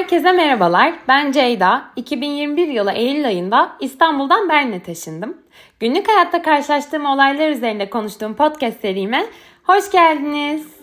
Herkese merhabalar. Ben Ceyda. 2021 yılı Eylül ayında İstanbul'dan Berlin'e taşındım. Günlük hayatta karşılaştığım olaylar üzerinde konuştuğum podcast serime hoş geldiniz.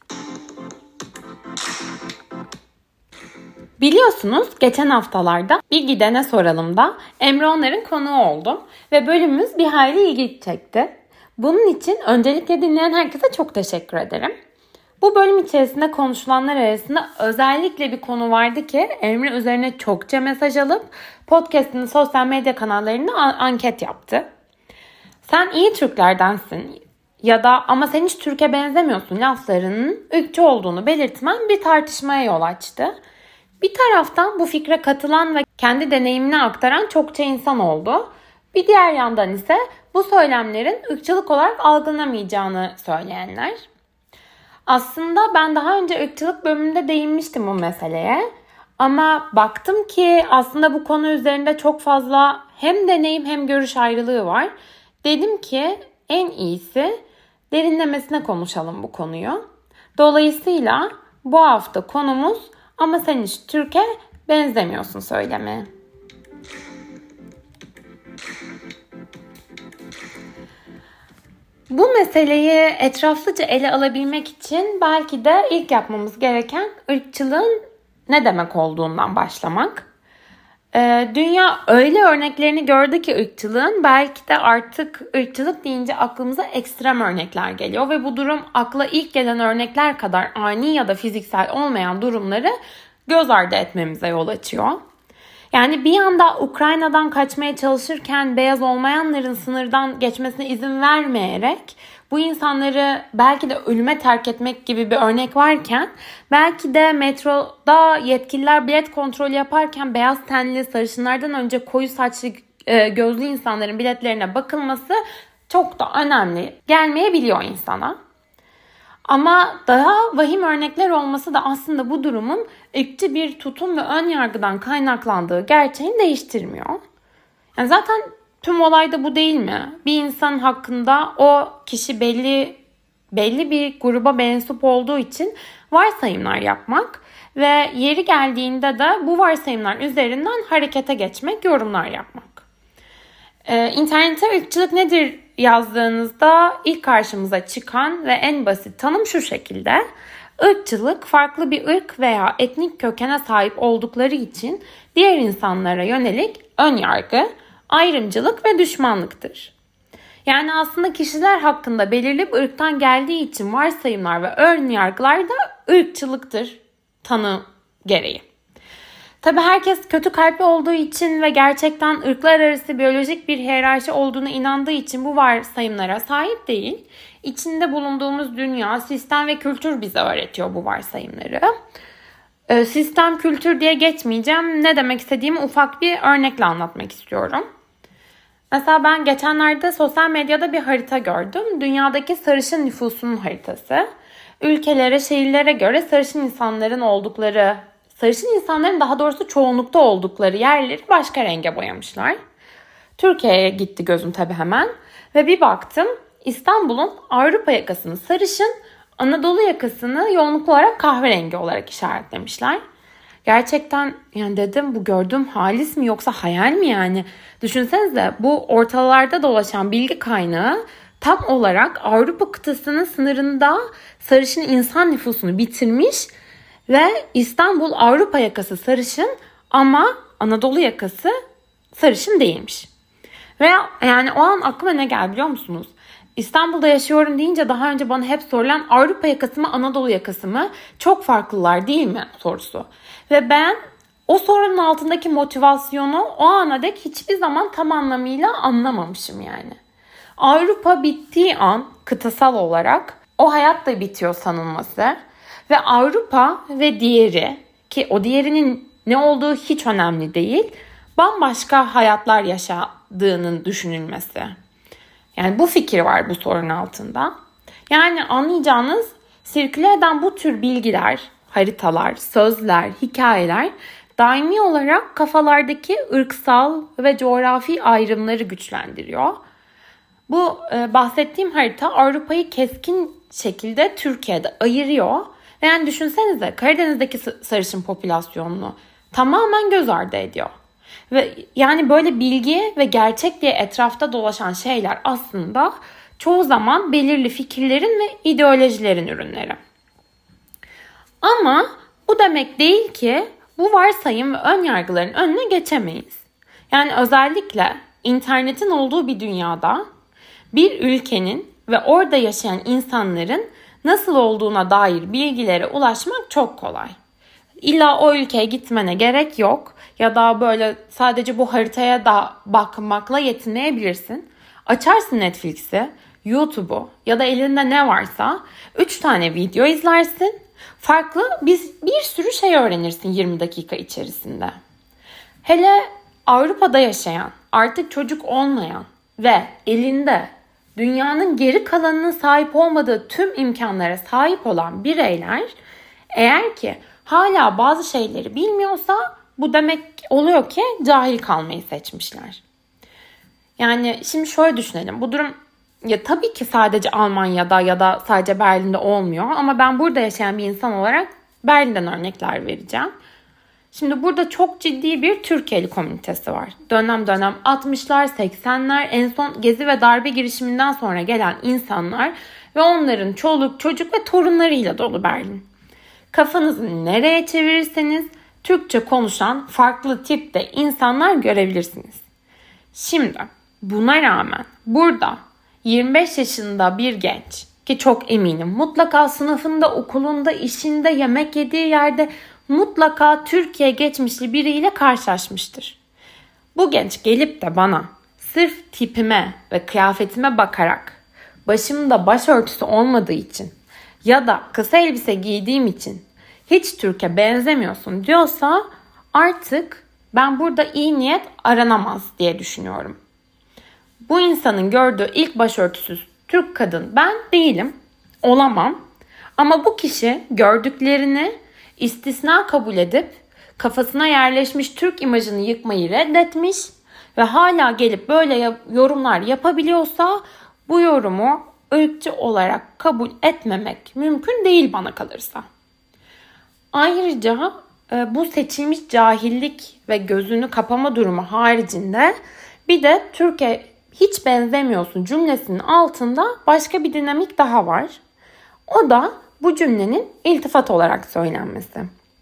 Biliyorsunuz geçen haftalarda Bir Gidene Soralım'da Emre Onar'ın konuğu oldum ve bölümümüz bir hayli ilgi çekti. Bunun için öncelikle dinleyen herkese çok teşekkür ederim. Bu bölüm içerisinde konuşulanlar arasında özellikle bir konu vardı ki Emre üzerine çokça mesaj alıp podcast'ın sosyal medya kanallarında anket yaptı. Sen iyi Türklerdensin ya da ama sen hiç Türk'e benzemiyorsun laflarının ırkçı olduğunu belirtmen bir tartışmaya yol açtı. Bir taraftan bu fikre katılan ve kendi deneyimini aktaran çokça insan oldu. Bir diğer yandan ise bu söylemlerin ırkçılık olarak algılanamayacağını söyleyenler. Aslında ben daha önce ırkçılık bölümünde değinmiştim bu meseleye. Ama baktım ki aslında bu konu üzerinde çok fazla hem deneyim hem görüş ayrılığı var. Dedim ki en iyisi derinlemesine konuşalım bu konuyu. Dolayısıyla bu hafta konumuz ama sen hiç Türk'e benzemiyorsun söylemi. Bu meseleyi etraflıca ele alabilmek için belki de ilk yapmamız gereken ırkçılığın ne demek olduğundan başlamak. Dünya öyle örneklerini gördü ki ırkçılığın belki de artık ırkçılık deyince aklımıza ekstrem örnekler geliyor ve bu durum akla ilk gelen örnekler kadar ani ya da fiziksel olmayan durumları göz ardı etmemize yol açıyor. Yani bir yanda Ukrayna'dan kaçmaya çalışırken beyaz olmayanların sınırdan geçmesine izin vermeyerek bu insanları belki de ölüme terk etmek gibi bir örnek varken belki de metroda yetkililer bilet kontrolü yaparken beyaz tenli sarışınlardan önce koyu saçlı gözlü insanların biletlerine bakılması çok da önemli gelmeyebiliyor insana. Ama daha vahim örnekler olması da aslında bu durumun ırkçı bir tutum ve ön yargıdan kaynaklandığı gerçeğini değiştirmiyor. Yani zaten tüm olay da bu değil mi? Bir insan hakkında o kişi belli bir gruba mensup olduğu için varsayımlar yapmak ve yeri geldiğinde de bu varsayımlar üzerinden harekete geçmek, yorumlar yapmak. İnternette ırkçılık nedir yazdığınızda ilk karşımıza çıkan ve en basit tanım şu şekilde. Irkçılık farklı bir ırk veya etnik kökene sahip oldukları için diğer insanlara yönelik ön yargı, ayrımcılık ve düşmanlıktır. Yani aslında kişiler hakkında belirli bir ırktan geldiği için varsayımlar ve ön yargılar da ırkçılıktır tanı gereği. Tabii herkes kötü kalpli olduğu için ve gerçekten ırklar arası biyolojik bir hiyerarşi olduğuna inandığı için bu varsayımlara sahip değil. İçinde bulunduğumuz dünya, sistem ve kültür bize öğretiyor bu varsayımları. Sistem, kültür diye geçmeyeceğim. Ne demek istediğimi ufak bir örnekle anlatmak istiyorum. Mesela ben geçenlerde sosyal medyada bir harita gördüm. Dünyadaki sarışın nüfusunun haritası. Ülkelere, şehirlere göre sarışın insanların daha doğrusu çoğunlukta oldukları yerleri başka renge boyamışlar. Türkiye'ye gitti gözüm tabii hemen. Ve bir baktım İstanbul'un Avrupa yakasını sarışın, Anadolu yakasını yoğunluklu olarak kahverengi olarak işaretlemişler. Gerçekten yani dedim bu gördüğüm halis mi yoksa hayal mi yani? Düşünsenize bu ortalarda dolaşan bilgi kaynağı tam olarak Avrupa kıtasının sınırında sarışın insan nüfusunu bitirmiş ve İstanbul Avrupa yakası sarışın ama Anadolu yakası sarışın değilmiş. Ve yani o an aklıma ne geldi biliyor musunuz? İstanbul'da yaşıyorum deyince daha önce bana hep sorulan Avrupa yakası mı Anadolu yakası mı çok farklılar değil mi sorusu. Ve ben o sorunun altındaki motivasyonu o ana dek hiçbir zaman tam anlamıyla anlamamışım yani. Avrupa bittiği an kıtasal olarak o hayat da bitiyor sanılması. Ve Avrupa ve diğeri ki o diğerinin ne olduğu hiç önemli değil, bambaşka hayatlar yaşadığının düşünülmesi. Yani bu fikir var bu sorunun altında. Yani anlayacağınız sirküle eden bu tür bilgiler, haritalar, sözler, hikayeler daimi olarak kafalardaki ırksal ve coğrafi ayrımları güçlendiriyor. Bu bahsettiğim harita Avrupa'yı keskin şekilde Türkiye'de ayırıyor. Yani düşünsenize Karadeniz'deki sarışın popülasyonunu tamamen göz ardı ediyor. Ve yani böyle bilgi ve gerçek diye etrafta dolaşan şeyler aslında çoğu zaman belirli fikirlerin ve ideolojilerin ürünleri. Ama bu demek değil ki bu varsayım ve ön yargıların önüne geçemeyiz. Yani özellikle internetin olduğu bir dünyada bir ülkenin ve orada yaşayan insanların nasıl olduğuna dair bilgilere ulaşmak çok kolay. İlla o ülkeye gitmene gerek yok ya da böyle sadece bu haritaya da bakmakla yetinmeyebilirsin. Açarsın Netflix'i, YouTube'u ya da elinde ne varsa 3 tane video izlersin. Farklı bir sürü şey öğrenirsin 20 dakika içerisinde. Hele Avrupa'da yaşayan, artık çocuk olmayan ve elinde dünyanın geri kalanının sahip olmadığı tüm imkanlara sahip olan bireyler eğer ki hala bazı şeyleri bilmiyorsa bu demek oluyor ki cahil kalmayı seçmişler. Yani şimdi şöyle düşünelim. Bu durum ya tabii ki sadece Almanya'da ya da sadece Berlin'de olmuyor ama ben burada yaşayan bir insan olarak Berlin'den örnekler vereceğim. Şimdi burada çok ciddi bir Türkiye'li komünitesi var. Dönem dönem 60'lar, 80'ler, en son Gezi ve darbe girişiminden sonra gelen insanlar ve onların çoluk, çocuk ve torunlarıyla dolu Berlin. Kafanızı nereye çevirirseniz Türkçe konuşan farklı tipte insanlar görebilirsiniz. Şimdi buna rağmen burada 25 yaşında bir genç ki çok eminim mutlaka sınıfında, okulunda, işinde, yemek yediği yerde mutlaka Türkiye geçmişli biriyle karşılaşmıştır. Bu genç gelip de bana sırf tipime ve kıyafetime bakarak başımda başörtüsü olmadığı için ya da kısa elbise giydiğim için hiç Türk'e benzemiyorsun diyorsa artık ben burada iyi niyet aranamaz diye düşünüyorum. Bu insanın gördüğü ilk başörtüsüz Türk kadın ben değilim, olamam. Ama bu kişi gördüklerini istisna kabul edip kafasına yerleşmiş Türk imajını yıkmayı reddetmiş ve hala gelip böyle yorumlar yapabiliyorsa bu yorumu ırkçı olarak kabul etmemek mümkün değil bana kalırsa. Ayrıca bu seçilmiş cahillik ve gözünü kapama durumu haricinde bir de Türkiye hiç benzemiyorsun cümlesinin altında başka bir dinamik daha var. O da bu cümlenin iltifat olarak söylenmesi.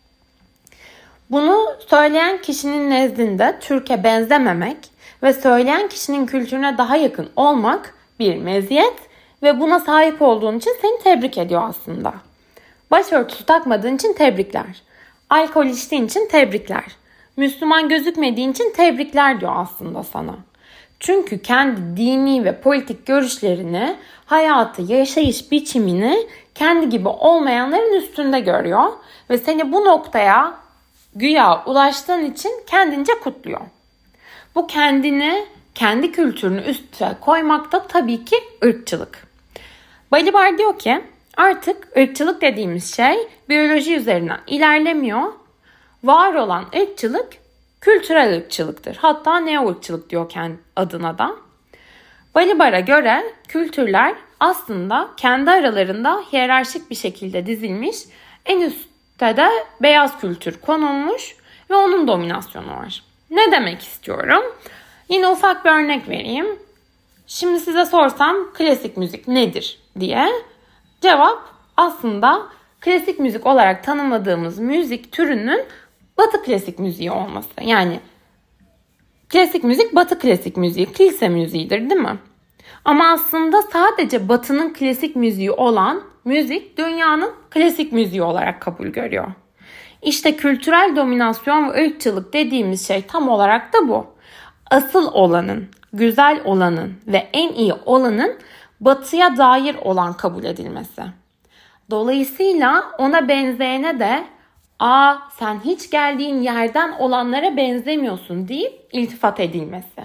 Bunu söyleyen kişinin nezdinde Türkiye benzememek ve söyleyen kişinin kültürüne daha yakın olmak bir meziyet ve buna sahip olduğun için seni tebrik ediyor aslında. Başörtüsü takmadığın için tebrikler. Alkol içtiğin için tebrikler. Müslüman gözükmediğin için tebrikler diyor aslında sana. Çünkü kendi dini ve politik görüşlerini, hayatı, yaşayış biçimini kendi gibi olmayanların üstünde görüyor ve seni bu noktaya güya ulaştığın için kendince kutluyor. Bu kendini, kendi kültürünü üste koymakta tabii ki ırkçılık. Balibar diyor ki artık ırkçılık dediğimiz şey biyoloji üzerinden ilerlemiyor. Var olan ırkçılık kültürel ırkçılıktır. Hatta neo-ırkçılık diyor kendi adına da. Balibar'a göre kültürler aslında kendi aralarında hiyerarşik bir şekilde dizilmiş. En üstte de beyaz kültür konulmuş ve onun dominasyonu var. Ne demek istiyorum? Yine ufak bir örnek vereyim. Şimdi size sorsam klasik müzik nedir diye cevap aslında klasik müzik olarak tanımladığımız müzik türünün Batı klasik müziği olması. Yani klasik müzik Batı klasik müziği, kilise müziğidir değil mi? Ama aslında sadece Batı'nın klasik müziği olan müzik dünyanın klasik müziği olarak kabul görüyor. İşte kültürel dominasyon ve ırkçılık dediğimiz şey tam olarak da bu. Asıl olanın, güzel olanın ve en iyi olanın Batı'ya dair olan kabul edilmesi. Dolayısıyla ona benzeyene de sen hiç geldiğin yerden olanlara benzemiyorsun deyip iltifat edilmesi.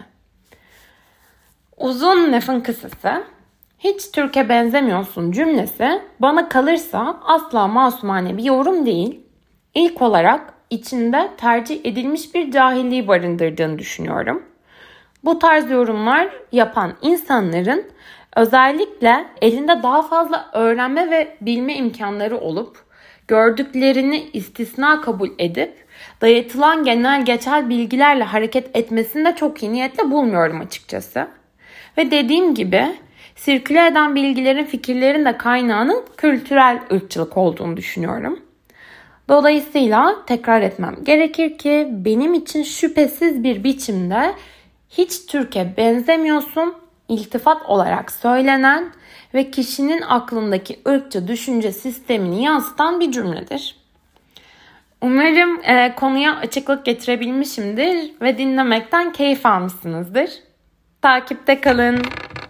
Uzun lafın kısası, hiç Türkiye benzemiyorsun cümlesi bana kalırsa asla masumane bir yorum değil. İlk olarak içinde tercih edilmiş bir cahilliği barındırdığını düşünüyorum. Bu tarz yorumlar yapan insanların özellikle elinde daha fazla öğrenme ve bilme imkanları olup gördüklerini istisna kabul edip dayatılan genel geçer bilgilerle hareket etmesini de çok iyi niyetle bulmuyorum açıkçası. Ve dediğim gibi sirküle eden bilgilerin, fikirlerin de kaynağının kültürel ırkçılık olduğunu düşünüyorum. Dolayısıyla tekrar etmem gerekir ki benim için şüphesiz bir biçimde hiç Türkiye benzemiyorsun, iltifat olarak söylenen ve kişinin aklındaki ırkçı düşünce sistemini yansıtan bir cümledir. Umarım konuya açıklık getirebilmişimdir ve dinlemekten keyif almışsınızdır. Takipte kalın.